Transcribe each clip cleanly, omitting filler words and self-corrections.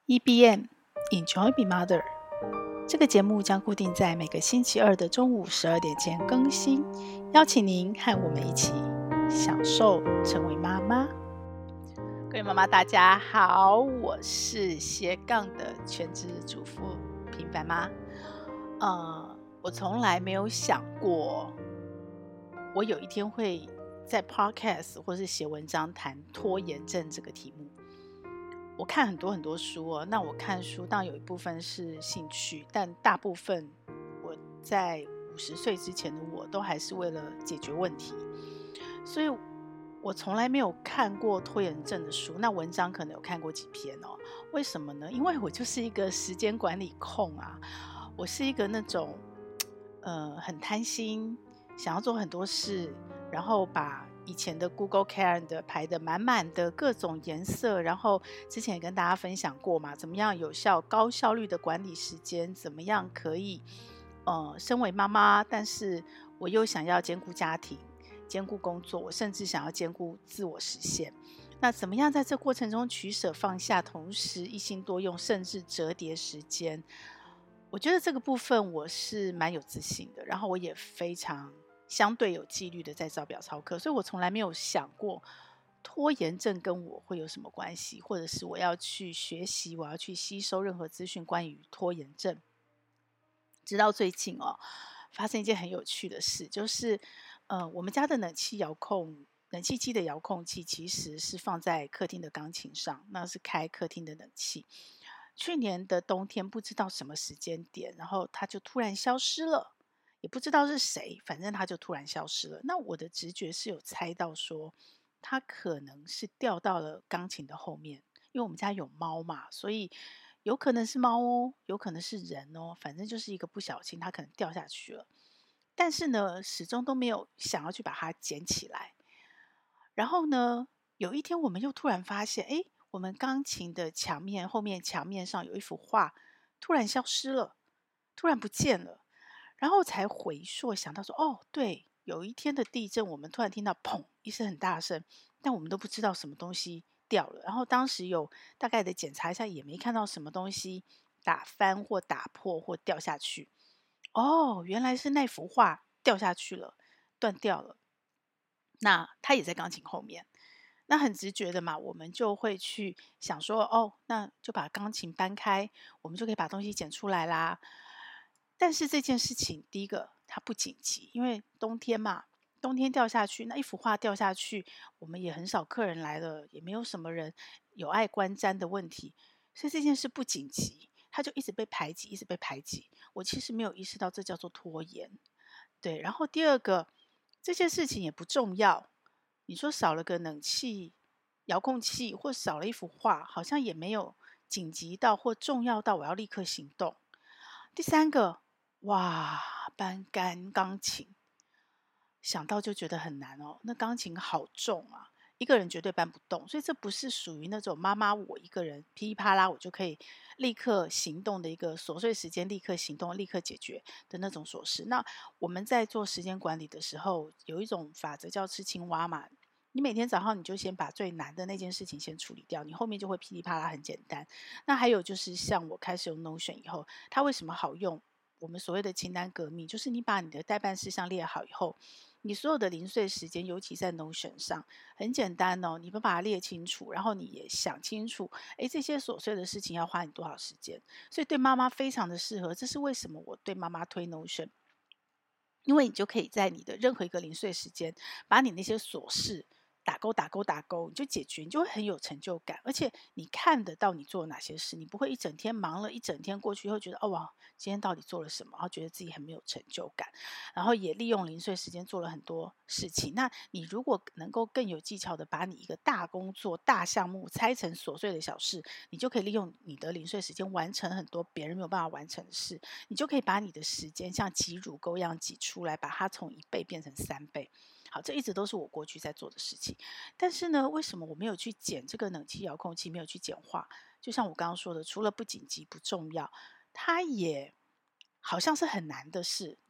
EBM Enjoy Be Mother 这个节目将固定在每个星期二的中午12点前更新，邀请您和我们一起享受成为妈妈。各位妈妈大家好，我是斜杠的全职主妇平凡妈。我从来没有想过我有一天会在 podcast 或是写文章谈拖延症这个题目。我看很多书哦，那我看书当然有一部分是兴趣，但大部分我在50岁之前的我都还是为了解决问题，所以我从来没有看过拖延症的书，那文章可能有看过几篇哦。为什么呢？因为我就是一个时间管理控啊，我是一个那种很贪心，想要做很多事，然后把以前的 Google Calendar 排得满满的各种颜色，然后之前也跟大家分享过嘛，怎么样有效高效率的管理时间，怎么样可以身为妈妈，但是我又想要兼顾家庭兼顾工作，我甚至想要兼顾自我实现，那怎么样在这过程中取舍放下，同时一心多用，甚至折叠时间，我觉得这个部分我是蛮有自信的，然后我也非常相对有纪律的在照表操课，所以我从来没有想过拖延症跟我会有什么关系，或者是我要去学习，我要去吸收任何资讯关于拖延症。直到最近发生一件很有趣的事，就是我们家的冷气机的遥控器其实是放在客厅的钢琴上，那是开客厅的冷气。去年的冬天不知道什么时间点，然后它就突然消失了，也不知道是谁，反正它就突然消失了。那我的直觉是有猜到说，它可能是掉到了钢琴的后面，因为我们家有猫嘛，所以有可能是猫哦，有可能是人哦，反正就是一个不小心，它可能掉下去了。但是呢，始终都没有想要去把它捡起来。然后呢，有一天我们又突然发现，诶，我们钢琴的后面墙面上有一幅画，突然消失了，突然不见了。然后才回溯想到说，哦，对，有一天的地震，我们突然听到砰一声很大声，但我们都不知道什么东西掉了。然后当时有大概的检查一下，也没看到什么东西打翻或打破或掉下去。哦，原来是那幅画掉下去了，断掉了。那它也在钢琴后面。那很直觉的嘛，我们就会去想说，哦，那就把钢琴搬开，我们就可以把东西捡出来啦。但是这件事情，第一个它不紧急，因为冬天嘛，冬天掉下去，那一幅画掉下去，我们也很少客人来了，也没有什么人有碍观瞻的问题，所以这件事不紧急，它就一直被排挤，一直被排挤。我其实没有意识到这叫做拖延。对，然后第二个，这件事情也不重要。你说少了个冷气、遥控器，或少了一幅画，好像也没有紧急到或重要到我要立刻行动。第三个，哇，搬干钢琴，想到就觉得很难哦。那钢琴好重啊，一个人绝对搬不动，所以这不是属于那种妈妈我一个人噼里啪啦我就可以立刻行动的一个琐碎时间，立刻行动、立刻解决的那种琐事。那我们在做时间管理的时候，有一种法则叫吃青蛙嘛。你每天早上你就先把最难的那件事情先处理掉，你后面就会噼里啪啦很简单。那还有就是像我开始用 Notion 以后，它为什么好用？我们所谓的清单革命，就是你把你的待办事项列好以后，你所有的零碎时间，尤其在 Notion 上，很简单哦，你们把它列清楚，然后你也想清楚，诶，这些琐碎的事情要花你多少时间？所以对妈妈非常的适合，这是为什么我对妈妈推 Notion，因为你就可以在你的任何一个零碎时间，把你那些琐事打勾打勾打勾，你就解决，你就会很有成就感，而且你看得到你做了哪些事，你不会一整天忙了一整天过去，会觉得哦哇，今天到底做了什么，然后觉得自己很没有成就感，然后也利用零碎时间做了很多事情。那你如果能够更有技巧的把你一个大工作、大项目拆成琐碎的小事，你就可以利用你的零碎时间完成很多别人没有办法完成的事，你就可以把你的时间像挤乳沟一样挤出来，把它从1倍变成3倍。好，这一直都是我过去在做的事情。但是呢，为什么我没有去捡这个冷气遥控器，没有去简化？就像我刚刚说的，除了不紧急不重要，它也好像是很难的事。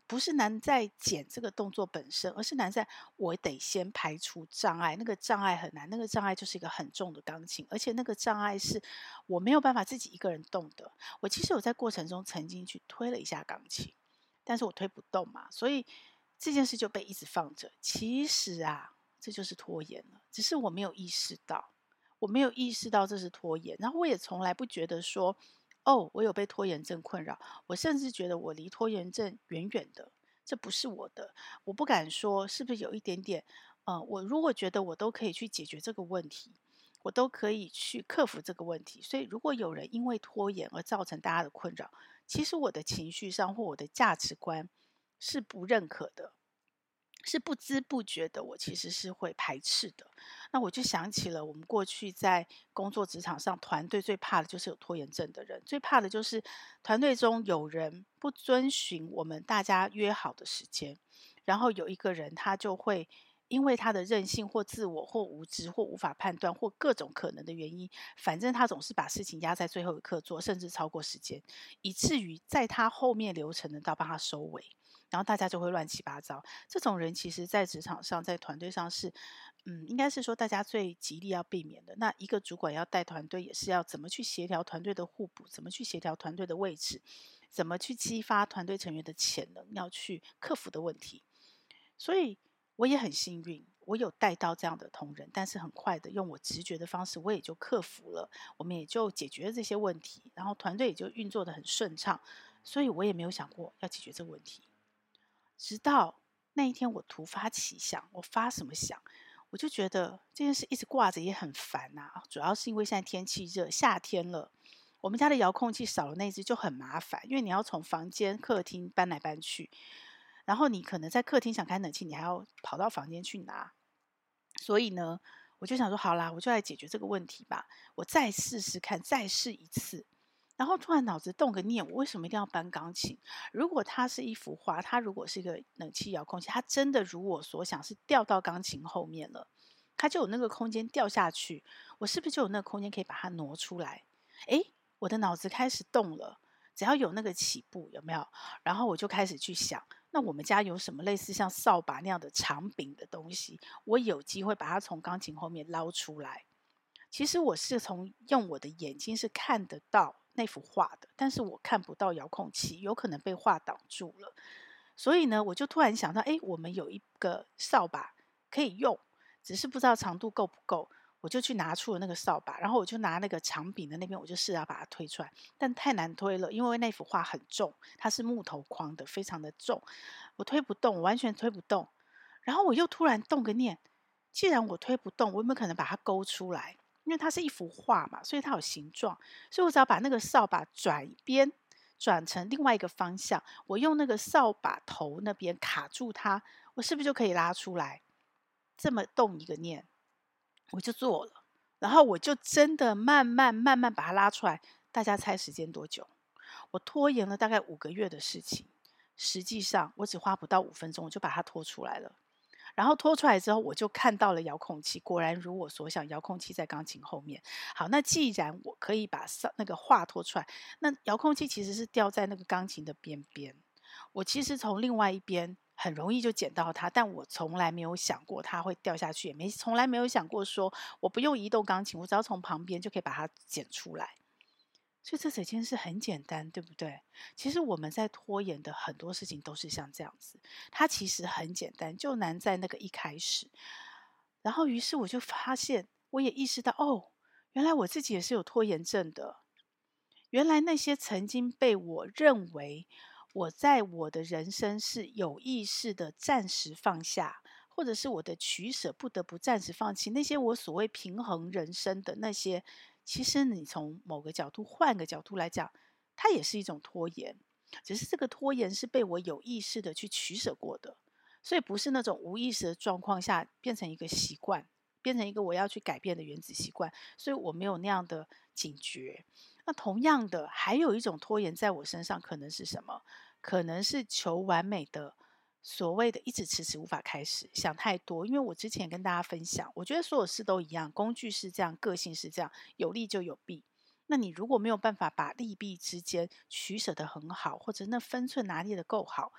不是难在剪这个动作本身，而是难在我得先排除障碍，那个障碍很难，那个障碍就是一个很重的钢琴，而且那个障碍是我没有办法自己一个人动的。我其实有在过程中曾经去推了一下钢琴，但是我推不动嘛，所以这件事就被一直放着。其实啊，这就是拖延了，只是我没有意识到，我没有意识到这是拖延，然后我也从来不觉得说，哦，我有被拖延症困扰，我甚至觉得我离拖延症远远的，这不是我的，我不敢说是不是有一点点，我如果觉得我都可以去解决这个问题，我都可以去克服这个问题，所以如果有人因为拖延而造成大家的困扰，其实我的情绪上或我的价值观是不认可的，是不知不觉的，我其实是会排斥的。那我就想起了我们过去在工作职场上，团队最怕的就是有拖延症的人，最怕的就是团队中有人不遵循我们大家约好的时间，然后有一个人他就会因为他的任性或自我或无知或无法判断或各种可能的原因，反正他总是把事情压在最后一刻做，甚至超过时间，以至于在他后面流程的到帮他收尾。然后大家就会乱七八糟。这种人其实在职场上，在团队上是，应该是说大家最极力要避免的。那一个主管要带团队，也是要怎么去协调团队的互补，怎么去协调团队的位置，怎么去激发团队成员的潜能，要去克服的问题。所以我也很幸运，我有带到这样的同仁，但是很快的用我直觉的方式，我也就克服了，我们也就解决了这些问题，然后团队也就运作的很顺畅。所以我也没有想过要解决这个问题。直到那一天我突发奇想，我发什么想？我就觉得这件事一直挂着也很烦呐、主要是因为现在天气热，夏天了，我们家的遥控器少了那只就很麻烦，因为你要从房间、客厅搬来搬去，然后你可能在客厅想开冷气，你还要跑到房间去拿。所以呢，我就想说，好啦，我就来解决这个问题吧，我再试试看，再试一次。然后突然脑子动个念，我为什么一定要搬钢琴？如果它是一幅画，它如果是一个冷气遥控器，它真的如我所想是掉到钢琴后面了，它就有那个空间掉下去，我是不是就有那个空间可以把它挪出来？诶，我的脑子开始动了，只要有那个起步，有没有？然后我就开始去想，那我们家有什么类似像扫把那样的长柄的东西，我有机会把它从钢琴后面捞出来。其实我是用我的眼睛是看得到那幅画的，但是我看不到遥控器，有可能被画挡住了。所以呢，我就突然想到，诶，我们有一个扫把可以用，只是不知道长度够不够。我就去拿出了那个扫把，然后我就拿那个长柄的那边，我就试着把它推出来，但太难推了，因为那幅画很重，它是木头框的，非常的重，我推不动，我完全推不动。然后我又突然动个念，既然我推不动，我有没有可能把它勾出来？因为它是一幅画嘛，所以它有形状，所以我只要把那个扫把转一边，转成另外一个方向，我用那个扫把头那边卡住它，我是不是就可以拉出来？这么动一个念，我就做了，然后我就真的慢慢把它拉出来。大家猜时间多久？我拖延了大概5个月的事情，实际上我只花不到5分钟，我就把它拖出来了。然后拖出来之后，我就看到了遥控器，果然如我所想，遥控器在钢琴后面。好，那既然我可以把那个画拖出来，那遥控器其实是掉在那个钢琴的边边。我其实从另外一边很容易就捡到它，但我从来没有想过它会掉下去，也从来没有想过说我不用移动钢琴，我只要从旁边就可以把它捡出来。所以这整件事很简单，对不对？其实我们在拖延的很多事情都是像这样子，它其实很简单，就难在那个一开始。然后于是我就发现，我也意识到，哦，原来我自己也是有拖延症的。原来那些曾经被我认为我在我的人生是有意识的暂时放下，或者是我的取舍不得不暂时放弃，那些我所谓平衡人生的那些，其实你从某个角度换个角度来讲，它也是一种拖延，只是这个拖延是被我有意识的去取舍过的，所以不是那种无意识的状况下变成一个习惯，变成一个我要去改变的原子习惯，所以我没有那样的警觉。那同样的，还有一种拖延在我身上，可能是什么？可能是求完美的，所谓的一直迟迟无法开始，想太多。因为我之前跟大家分享，我觉得所有事都一样，工具是这样，个性是这样，有利就有弊。那你如果没有办法把利弊之间取舍得很好，或者那分寸拿捏的够好，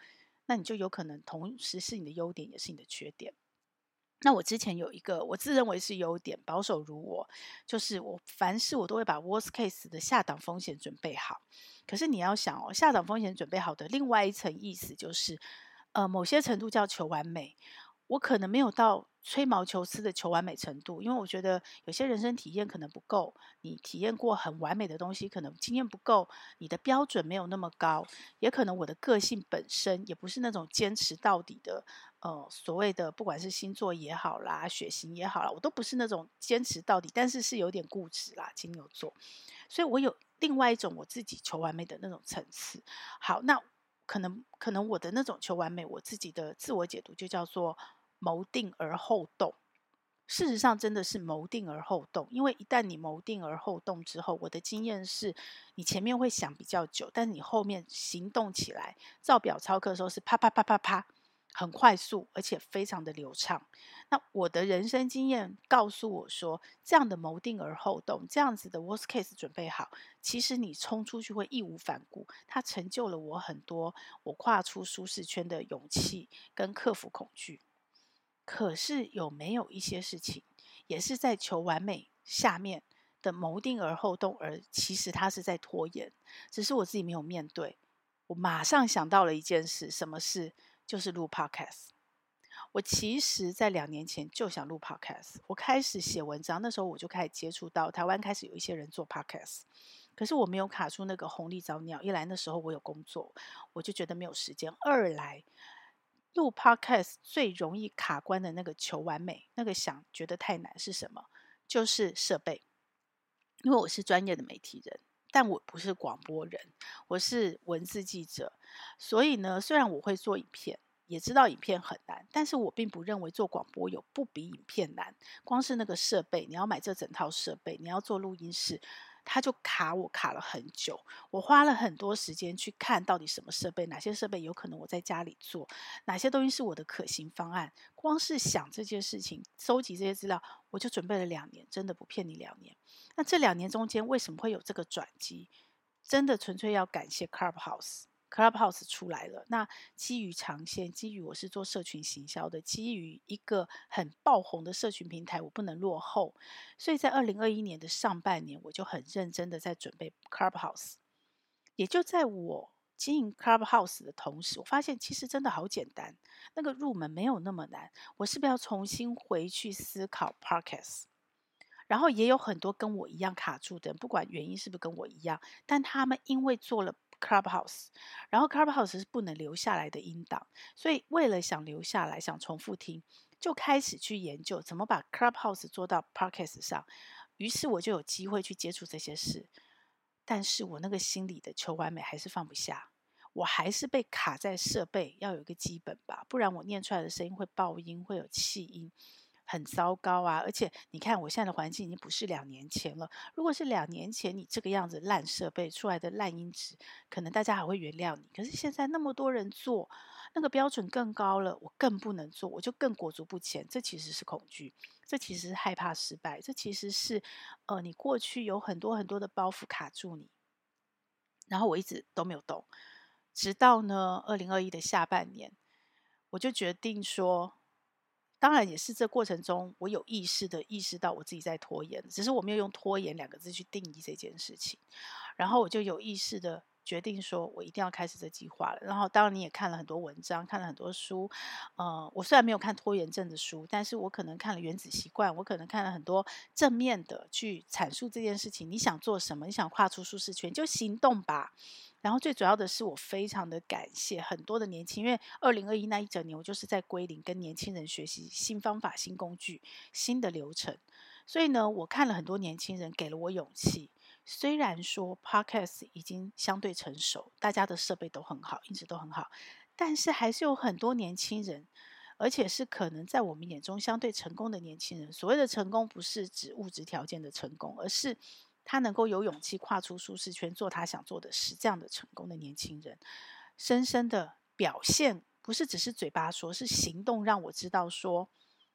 那你就有可能同时是你的优点，也是你的缺点。那我之前有一个我自认为是优点，保守如我，就是我凡事我都会把 worst case 的下档风险准备好。可是你要想哦，下档风险准备好的另外一层意思就是，某些程度叫求完美。我可能没有到吹毛求疵的求完美程度，因为我觉得有些人生体验可能不够，你体验过很完美的东西，可能经验不够，你的标准没有那么高，也可能我的个性本身也不是那种坚持到底的，所谓的不管是星座也好啦，血型也好啦，我都不是那种坚持到底，但是是有点固执啦，金牛座，所以我有另外一种我自己求完美的那种层次。好，那可能我的那种求完美，我自己的自我解读就叫做谋定而后动。事实上真的是谋定而后动，因为一旦你谋定而后动之后，我的经验是你前面会想比较久，但是你后面行动起来，照表操课的时候是啪啪啪啪啪，很快速，而且非常的流畅。那我的人生经验告诉我说，这样的谋定而后动，这样子的 worst case 准备好，其实你冲出去会义无反顾。它成就了我很多，我跨出舒适圈的勇气跟克服恐惧。可是有没有一些事情，也是在求完美下面的谋定而后动，而其实它是在拖延，只是我自己没有面对。我马上想到了一件事，什么事？就是录 podcast。我其实在2年前就想录 podcast，我开始写文章，那时候我就开始接触到台湾开始有一些人做 podcast，可是我没有卡出那个红利早鸟。一来那时候我有工作，我就觉得没有时间；二来录 podcast 最容易卡关的那个求完美，那个觉得太难是什么？就是设备。因为我是专业的媒体人，但我不是广播人，我是文字记者。所以呢，虽然我会做影片，也知道影片很难，但是我并不认为做广播有不比影片难。光是那个设备，你要买这整套设备，你要做录音室，它就我卡了很久。我花了很多时间去看到底什么设备，哪些设备有可能我在家里做，哪些东西是我的可行方案。光是想这件事情，收集这些资料，我就准备了2年，真的不骗你2年。那这2年中间为什么会有这个转机？真的纯粹要感谢 Clubhouse。Clubhouse 出来了，那基于长线，基于我是做社群行销的，基于一个很爆红的社群平台，我不能落后，所以在2021年的上半年，我就很认真的在准备 Clubhouse。也就在我经营 Clubhouse 的同时，我发现其实真的好简单，那个入门没有那么难。我是不是要重新回去思考 Podcast？然后也有很多跟我一样卡住的人，不管原因是不是跟我一样，但他们因为做了 Clubhouse，然后 Clubhouse 是不能留下来的音档，所以为了想留下来，想重复听，就开始去研究怎么把 Clubhouse 做到 Podcast 上。于是我就有机会去接触这些事，但是我那个心里的求完美还是放不下。我还是被卡在设备，要有一个基本吧，不然我念出来的声音会爆音，会有气音，很糟糕啊！而且你看，我现在的环境已经不是2年前了。如果是2年前，你这个样子烂设备出来的烂音质，可能大家还会原谅你。可是现在那么多人做，那个标准更高了，我更不能做，我就更裹足不前。这其实是恐惧，这其实是害怕失败，这其实是你过去有很多很多的包袱卡住你。然后我一直都没有动，直到呢2021的下半年，我就决定说，当然也是这过程中，我有意识的意识到我自己在拖延，只是我没有用拖延2个字去定义这件事情。然后我就有意识的决定说，我一定要开始这计划了。然后当然你也看了很多文章，看了很多书。我虽然没有看拖延症的书，但是我可能看了原子习惯，我可能看了很多正面的去阐述这件事情。你想做什么？你想跨出舒适圈，就行动吧。然后最主要的是，我非常的感谢很多的年轻，因为2021那一整年，我就是在归零，跟年轻人学习新方法、新工具、新的流程。所以呢，我看了很多年轻人，给了我勇气。虽然说 Podcast 已经相对成熟，大家的设备都很好，音质都很好，但是还是有很多年轻人，而且是可能在我们眼中相对成功的年轻人。所谓的成功，不是指物质条件的成功，而是他能够有勇气跨出舒适圈，做他想做的事，这样的成功的年轻人，深深的表现，不是只是嘴巴说，是行动让我知道说，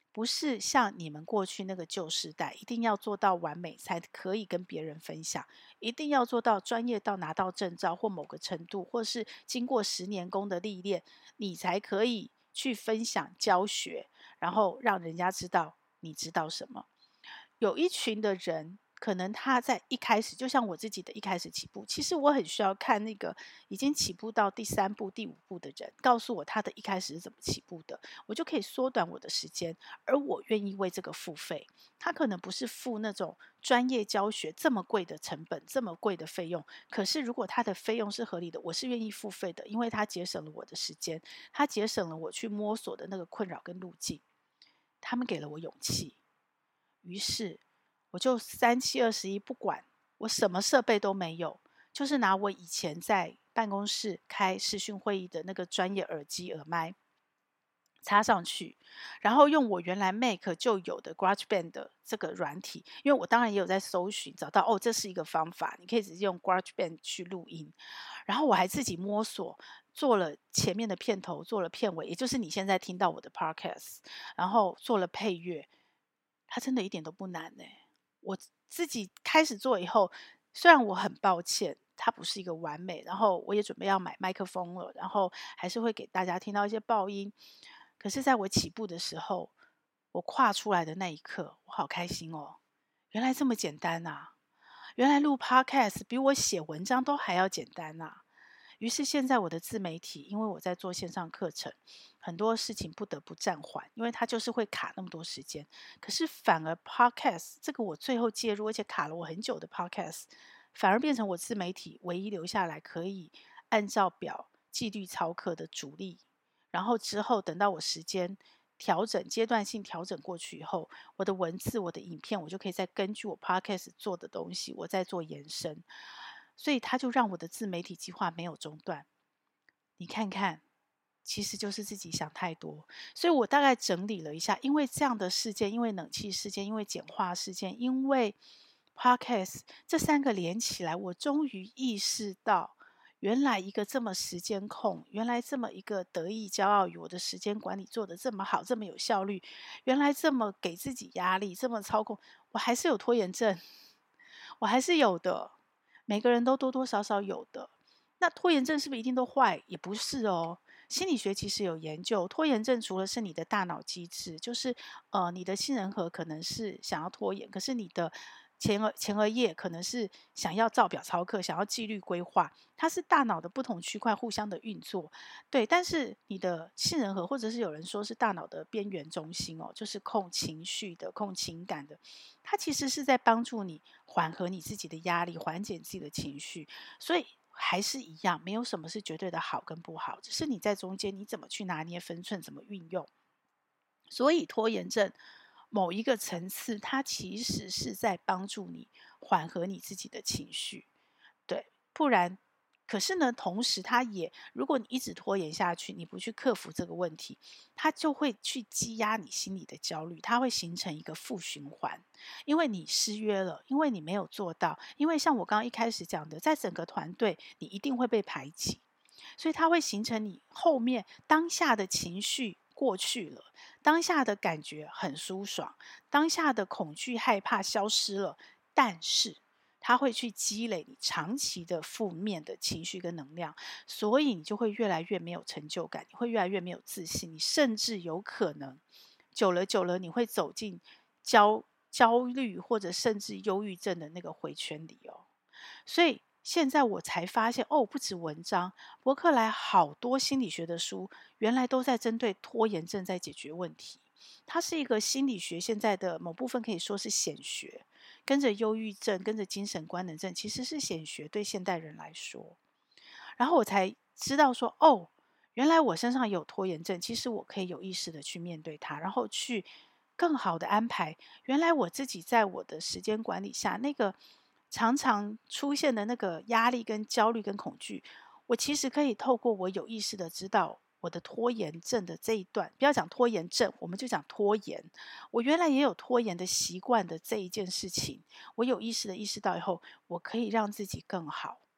不是像你们过去那个旧时代，一定要做到完美才可以跟别人分享，一定要做到专业到拿到证照或某个程度，或是经过10年功的历练，你才可以去分享教学，然后让人家知道你知道什么。有一群的人，可能他在一开始，就像我自己的一开始起步，其实我很需要看那个已经起步到第3步、第5步的人，告诉我他的一开始是怎么起步的，我就可以缩短我的时间，而我愿意为这个付费。他可能不是付那种专业教学这么贵的成本、这么贵的费用，可是如果他的费用是合理的，我是愿意付费的，因为他节省了我的时间，他节省了我去摸索的那个困扰跟路径，他们给了我勇气。于是我就3、7、21不管，我什么设备都没有，就是拿我以前在办公室开视讯会议的那个专业耳机耳麦插上去，然后用我原来 Mac 就有的 GarageBand 的这个软体，因为我当然也有在搜寻找到这是一个方法，你可以直接用 GarageBand 去录音，然后我还自己摸索做了前面的片头，做了片尾，也就是你现在听到我的 Podcast， 然后做了配乐。它真的一点都不难我自己开始做以后，虽然我很抱歉，它不是一个完美，然后我也准备要买麦克风了，然后还是会给大家听到一些爆音。可是在我起步的时候，我跨出来的那一刻，我好开心哦！原来这么简单啊！原来录 Podcast 比我写文章都还要简单啊！于是现在我的自媒体，因为我在做线上课程，很多事情不得不暂缓，因为它就是会卡那么多时间。可是反而 Podcast 这个我最后介入，而且卡了我很久的 Podcast，反而变成我自媒体唯一留下来可以按照表纪律操课的主力。然后之后等到我时间调整阶段性调整过去以后，我的文字、我的影片，我就可以再根据我 Podcast 做的东西，我再做延伸。所以它就让我的自媒体计划没有中断。你看看，其实就是自己想太多。所以我大概整理了一下，因为这样的事件，因为冷气事件，因为简化事件，因为 Podcast 这3个连起来，我终于意识到，原来一个这么时间控，原来这么一个得意骄傲于我的时间管理做得这么好，这么有效率，原来这么给自己压力，这么操控，我还是有拖延症，我还是有的。每个人都多多少少有的。那拖延症是不是一定都坏？也不是哦。心理学其实有研究，拖延症除了是你的大脑机制，就是你的杏仁核可能是想要拖延，可是你的前额叶可能是想要照表操课，想要纪律规划，它是大脑的不同区块互相的运作。对，但是你的杏仁核，或者是有人说是大脑的边缘中心哦，就是控情绪的、控情感的，它其实是在帮助你缓和你自己的压力，缓解自己的情绪。所以还是一样，没有什么是绝对的好跟不好，只是你在中间你怎么去拿捏分寸，怎么运用。所以拖延症某一个层次，它其实是在帮助你缓和你自己的情绪，对，不然。可是呢，同时它也，如果你一直拖延下去，你不去克服这个问题，它就会去积压你心里的焦虑，它会形成一个负循环。因为你失约了，因为你没有做到，因为像我刚刚一开始讲的，在整个团队，你一定会被排挤，所以它会形成你后面当下的情绪过去了，当下的感觉很舒爽，当下的恐惧害怕消失了，但是它会去积累你长期的负面的情绪跟能量，所以你就会越来越没有成就感，你会越来越没有自信，你甚至有可能久了你会走进焦虑或者甚至忧郁症的那个回圈里哦。所以现在我才发现不止文章，博客来好多心理学的书，原来都在针对拖延症在解决问题。它是一个心理学现在的某部分可以说是显学，跟着忧郁症，跟着精神官能症，其实是显学对现代人来说。然后我才知道说，原来我身上有拖延症，其实我可以有意识的去面对它，然后去更好的安排。原来我自己在我的时间管理下，那个常常出现的那个压力跟焦虑跟恐惧，我其实可以透过我有意识的知道我的拖延症的这一段，不要讲拖延症，我们就讲拖延。我原来也有拖延的习惯的这一件事情，我有意识的意识到以后，我可以让自己更好。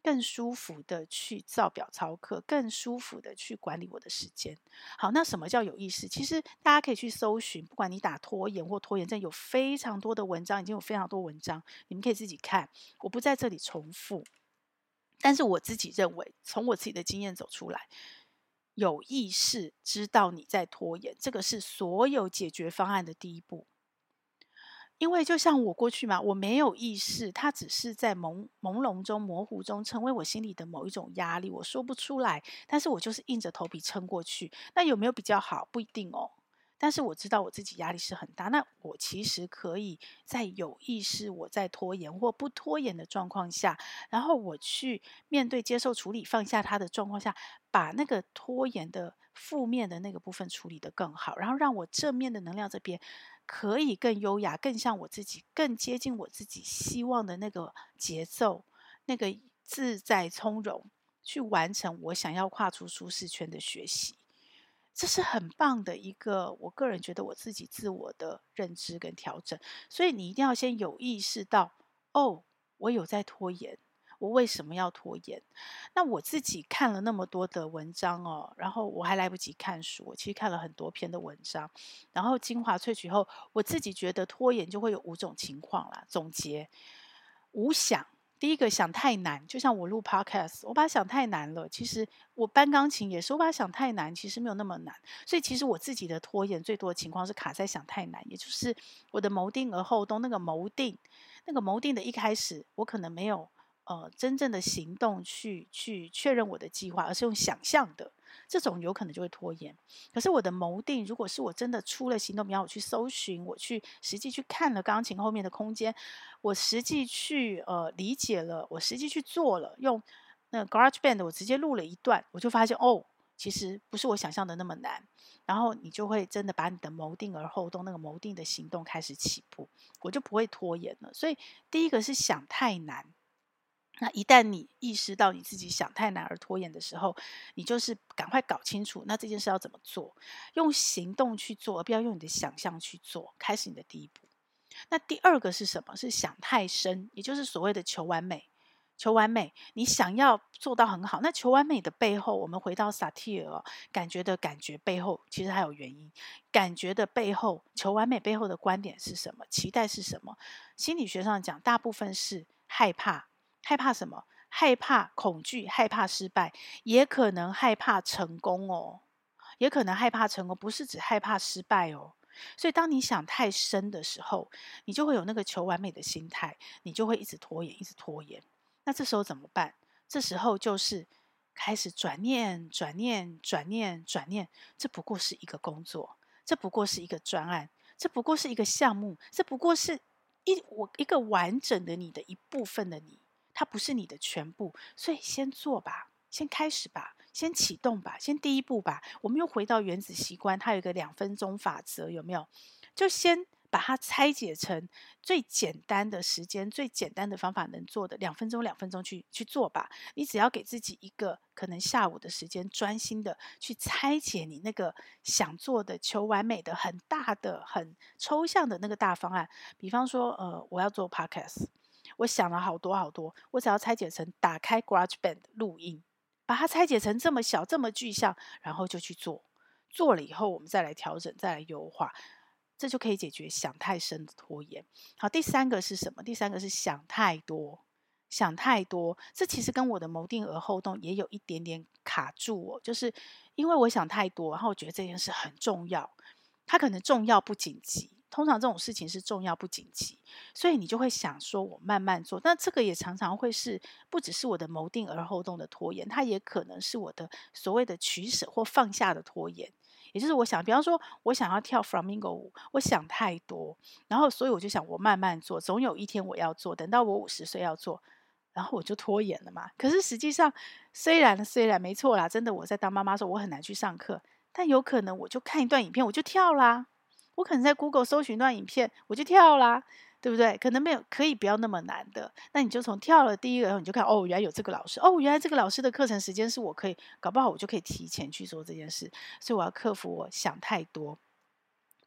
更舒服的去照表操课，更舒服的去管理我的时间。好，那什么叫有意识？其实大家可以去搜寻，不管你打拖延或拖延症，有非常多的文章，已经有非常多文章，你们可以自己看，我不在这里重复。但是我自己认为，从我自己的经验走出来，有意识知道你在拖延，这个是所有解决方案的第一步。因为就像我过去嘛，我没有意识，它只是在朦胧中、模糊中，成为我心里的某一种压力，我说不出来，但是我就是硬着头皮撑过去。那有没有比较好？不一定哦。但是我知道我自己压力是很大，那我其实可以在有意识我在拖延或不拖延的状况下，然后我去面对、接受、处理、放下它的状况下，把那个拖延的负面的那个部分处理得更好，然后让我正面的能量这边可以更优雅、更像我自己、更接近我自己希望的那个节奏、那个自在从容，去完成我想要跨出舒适圈的学习。这是很棒的一个，我个人觉得我自己自我的认知跟调整。所以你一定要先有意识到，哦，我有在拖延，我为什么要拖延？那我自己看了那么多的文章哦，然后我还来不及看书，我其实看了很多篇的文章，然后精华萃取后，我自己觉得拖延就会有5种情况啦。总结，无想。第一个想太难，就像我录 podcast，我把它想太难了。其实我搬钢琴也是，我把它想太难，其实没有那么难。所以其实我自己的拖延最多的情况是卡在想太难，也就是我的谋定而后动。那个谋定的一开始，我可能没有真正的行动去确认我的计划，而是用想象的。这种有可能就会拖延。可是我的谋定，如果是我真的出了行动，比方我去搜寻，我去实际去看了钢琴后面的空间，我实际去理解了，我实际去做了，用那 GarageBand 我直接录了一段，我就发现哦，其实不是我想象的那么难。然后你就会真的把你的谋定而后动，那个谋定的行动开始起步，我就不会拖延了。所以第一个是想太难。那一旦你意识到你自己想太难而拖延的时候，你就是赶快搞清楚，那这件事要怎么做，用行动去做，而不要用你的想象去做，开始你的第一步。那第二个是什么？是想太深，也就是所谓的求完美。求完美，你想要做到很好，那求完美的背后，我们回到萨提尔哦，感觉的感觉背后，其实还有原因。感觉的背后，求完美背后的观点是什么？期待是什么？心理学上讲，大部分是害怕。害怕什么？害怕恐惧，害怕失败，也可能害怕成功哦，也可能害怕成功，不是只害怕失败哦。所以，当你想太深的时候，你就会有那个求完美的心态，你就会一直拖延，一直拖延。那这时候怎么办？这时候就是开始转念、转念、转念、转念。这不过是一个工作，这不过是一个专案，这不过是一个项目，这不过是一个完整的你的一部分的你。它不是你的全部，所以先做吧，先开始吧，先启动吧，先第一步吧。我们又回到原子习惯，它有一个2分钟法则，有没有？就先把它拆解成最简单的时间、最简单的方法能做的2分钟、2分钟去做吧。你只要给自己一个可能下午的时间，专心的去拆解你那个想做的、求完美的、很大的、很抽象的那个大方案。比方说，我要做 podcast。我想了好多好多，我只要拆解成打开 GarageBand 录音，把它拆解成这么小、这么具象，然后就去做。做了以后，我们再来调整，再来优化，这就可以解决想太深的拖延。好，第三个是什么？第三个是想太多。想太多，这其实跟我的谋定而后动也有一点点卡住我，就是因为我想太多，然后我觉得这件事很重要，它可能重要不紧急。通常这种事情是重要不紧急，所以你就会想说我慢慢做。那这个也常常会是不只是我的谋定而后动的拖延，它也可能是我的所谓的取舍或放下的拖延。也就是我想，比方说我想要跳 flamingo 舞，我想太多，然后所以我就想我慢慢做，总有一天我要做，等到我50岁要做，然后我就拖延了嘛。可是实际上，虽然没错啦，真的我在当妈妈的时候我很难去上课，但有可能我就看一段影片我就跳啦。我可能在 Google 搜寻一段影片，我就跳啦，对不对？可能没有，可以不要那么难的。那你就从跳了第一个，然后你就看，哦，原来有这个老师，哦，原来这个老师的课程时间是我可以，搞不好我就可以提前去做这件事。所以我要克服我想太多。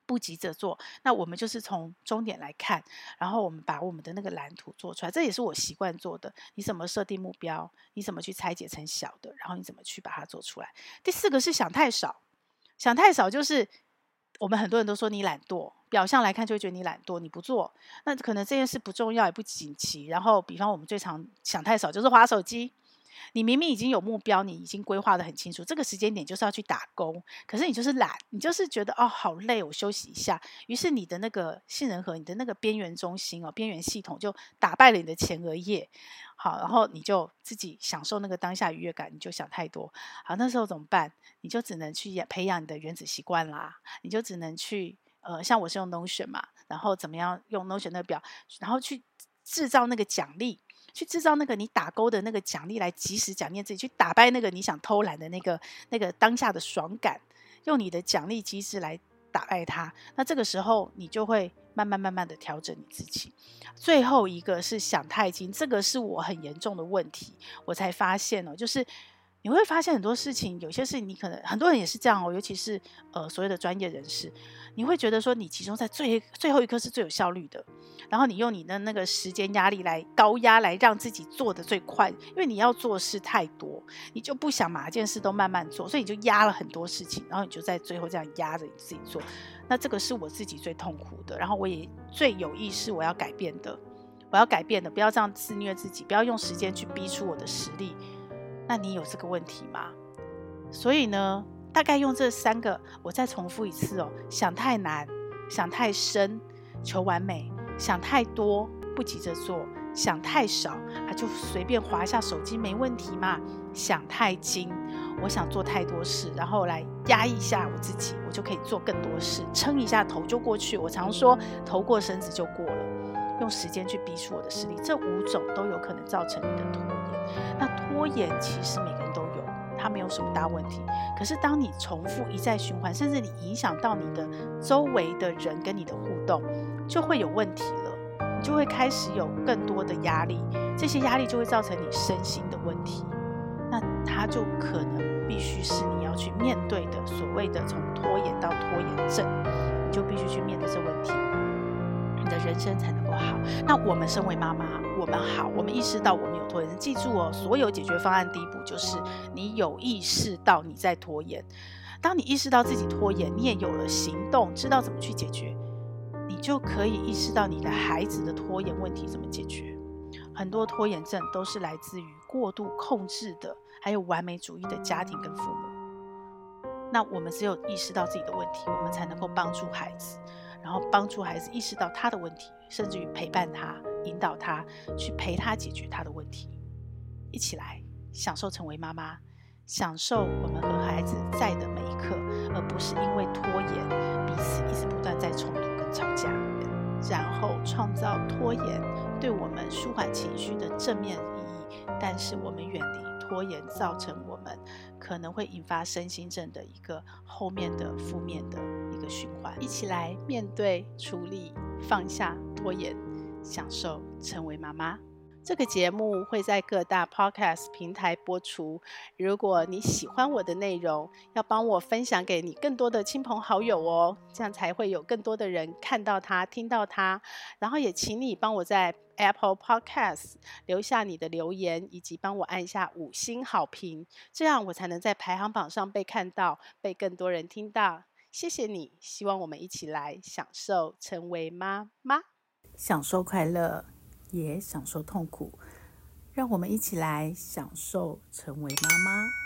不急着做，那我们就是从终点来看，然后我们把我们的那个蓝图做出来，这也是我习惯做的。你怎么设定目标，你怎么去拆解成小的，然后你怎么去把它做出来。第4个是想太少，想太少就是我们很多人都说你懒惰，表象来看就会觉得你懒惰，你不做，那可能这件事不重要也不紧急。然后比方我们最常想太少就是滑手机，你明明已经有目标，你已经规划得很清楚，这个时间点就是要去打工，可是你就是懒，你就是觉得好累，我休息一下，于是你的那个杏仁核，你的那个边缘中心边缘系统就打败了你的前额叶。好，然后你就自己享受那个当下愉悦感，你就想太多。好，那时候怎么办？你就只能去培养你的原子习惯啦，你就只能去像我是用 Notion 嘛，然后怎么样用 Notion 那个表，然后去制造那个奖励，去制造那个你打勾的那个奖励，来及时奖励自己，去打败那个你想偷懒的那个当下的爽感，用你的奖励机制来打败它。那这个时候你就会慢慢的调整你自己。最后一个是想太精，这个是我很严重的问题，我才发现就是你会发现很多事情，有些事情你可能很多人也是这样尤其是所谓的专业人士，你会觉得说你集中在最后一刻是最有效率的，然后你用你的那个时间压力来高压来让自己做的最快，因为你要做事太多，你就不想每件事都慢慢做，所以你就压了很多事情，然后你就在最后这样压着你自己做。那这个是我自己最痛苦的，然后我也最有意识我要改变的，不要这样自虐自己，不要用时间去逼出我的实力。那你有这个问题吗？所以呢，大概用这3个，我再重复一次想太难，想太深，求完美，想太多，不急着做，想太少就随便滑一下手机没问题嘛。想太精，我想做太多事，然后来压抑一下我自己，我就可以做更多事，撑一下头就过去。我常说头过身子就过了，用时间去逼出我的实力，这5种都有可能造成你的拖延。那拖延其实每个人都有，它没有什么大问题，可是当你重复一再循环，甚至你影响到你的周围的人跟你的互动，就会有问题了，你就会开始有更多的压力，这些压力就会造成你身心的问题，那它就可能必须是你要去面对的，所谓的从拖延到拖延症，你就必须去面对这问题，你的人生才能够好。那我们身为妈妈，我们意识到我们有拖延症，记住所有解决方案第一步就是你有意识到你在拖延。当你意识到自己拖延，你也有了行动，知道怎么去解决，你就可以意识到你的孩子的拖延问题怎么解决。很多拖延症都是来自于过度控制的，还有完美主义的家庭跟父母。那我们只有意识到自己的问题，我们才能够帮助孩子，然后帮助孩子意识到他的问题，甚至于陪伴他，引导他去陪他解决他的问题。一起来享受成为妈妈，享受我们和孩子在的每一刻，而不是因为拖延彼此一直不断在冲突跟吵架，然后创造拖延对我们舒缓情绪的正面意义，但是我们远离拖延造成我们可能会引发身心症的一个后面的负面的一个循环。一起来面对、处理、放下拖延，享受成为妈妈。这个节目会在各大 podcast 平台播出，如果你喜欢我的内容，要帮我分享给你更多的亲朋好友这样才会有更多的人看到它、听到它。然后也请你帮我在 Apple Podcast 留下你的留言，以及帮我按下5星好评，这样我才能在排行榜上被看到，被更多人听到。谢谢你，希望我们一起来享受成为妈妈，享受快乐，也享受痛苦，让我们一起来享受成为妈妈。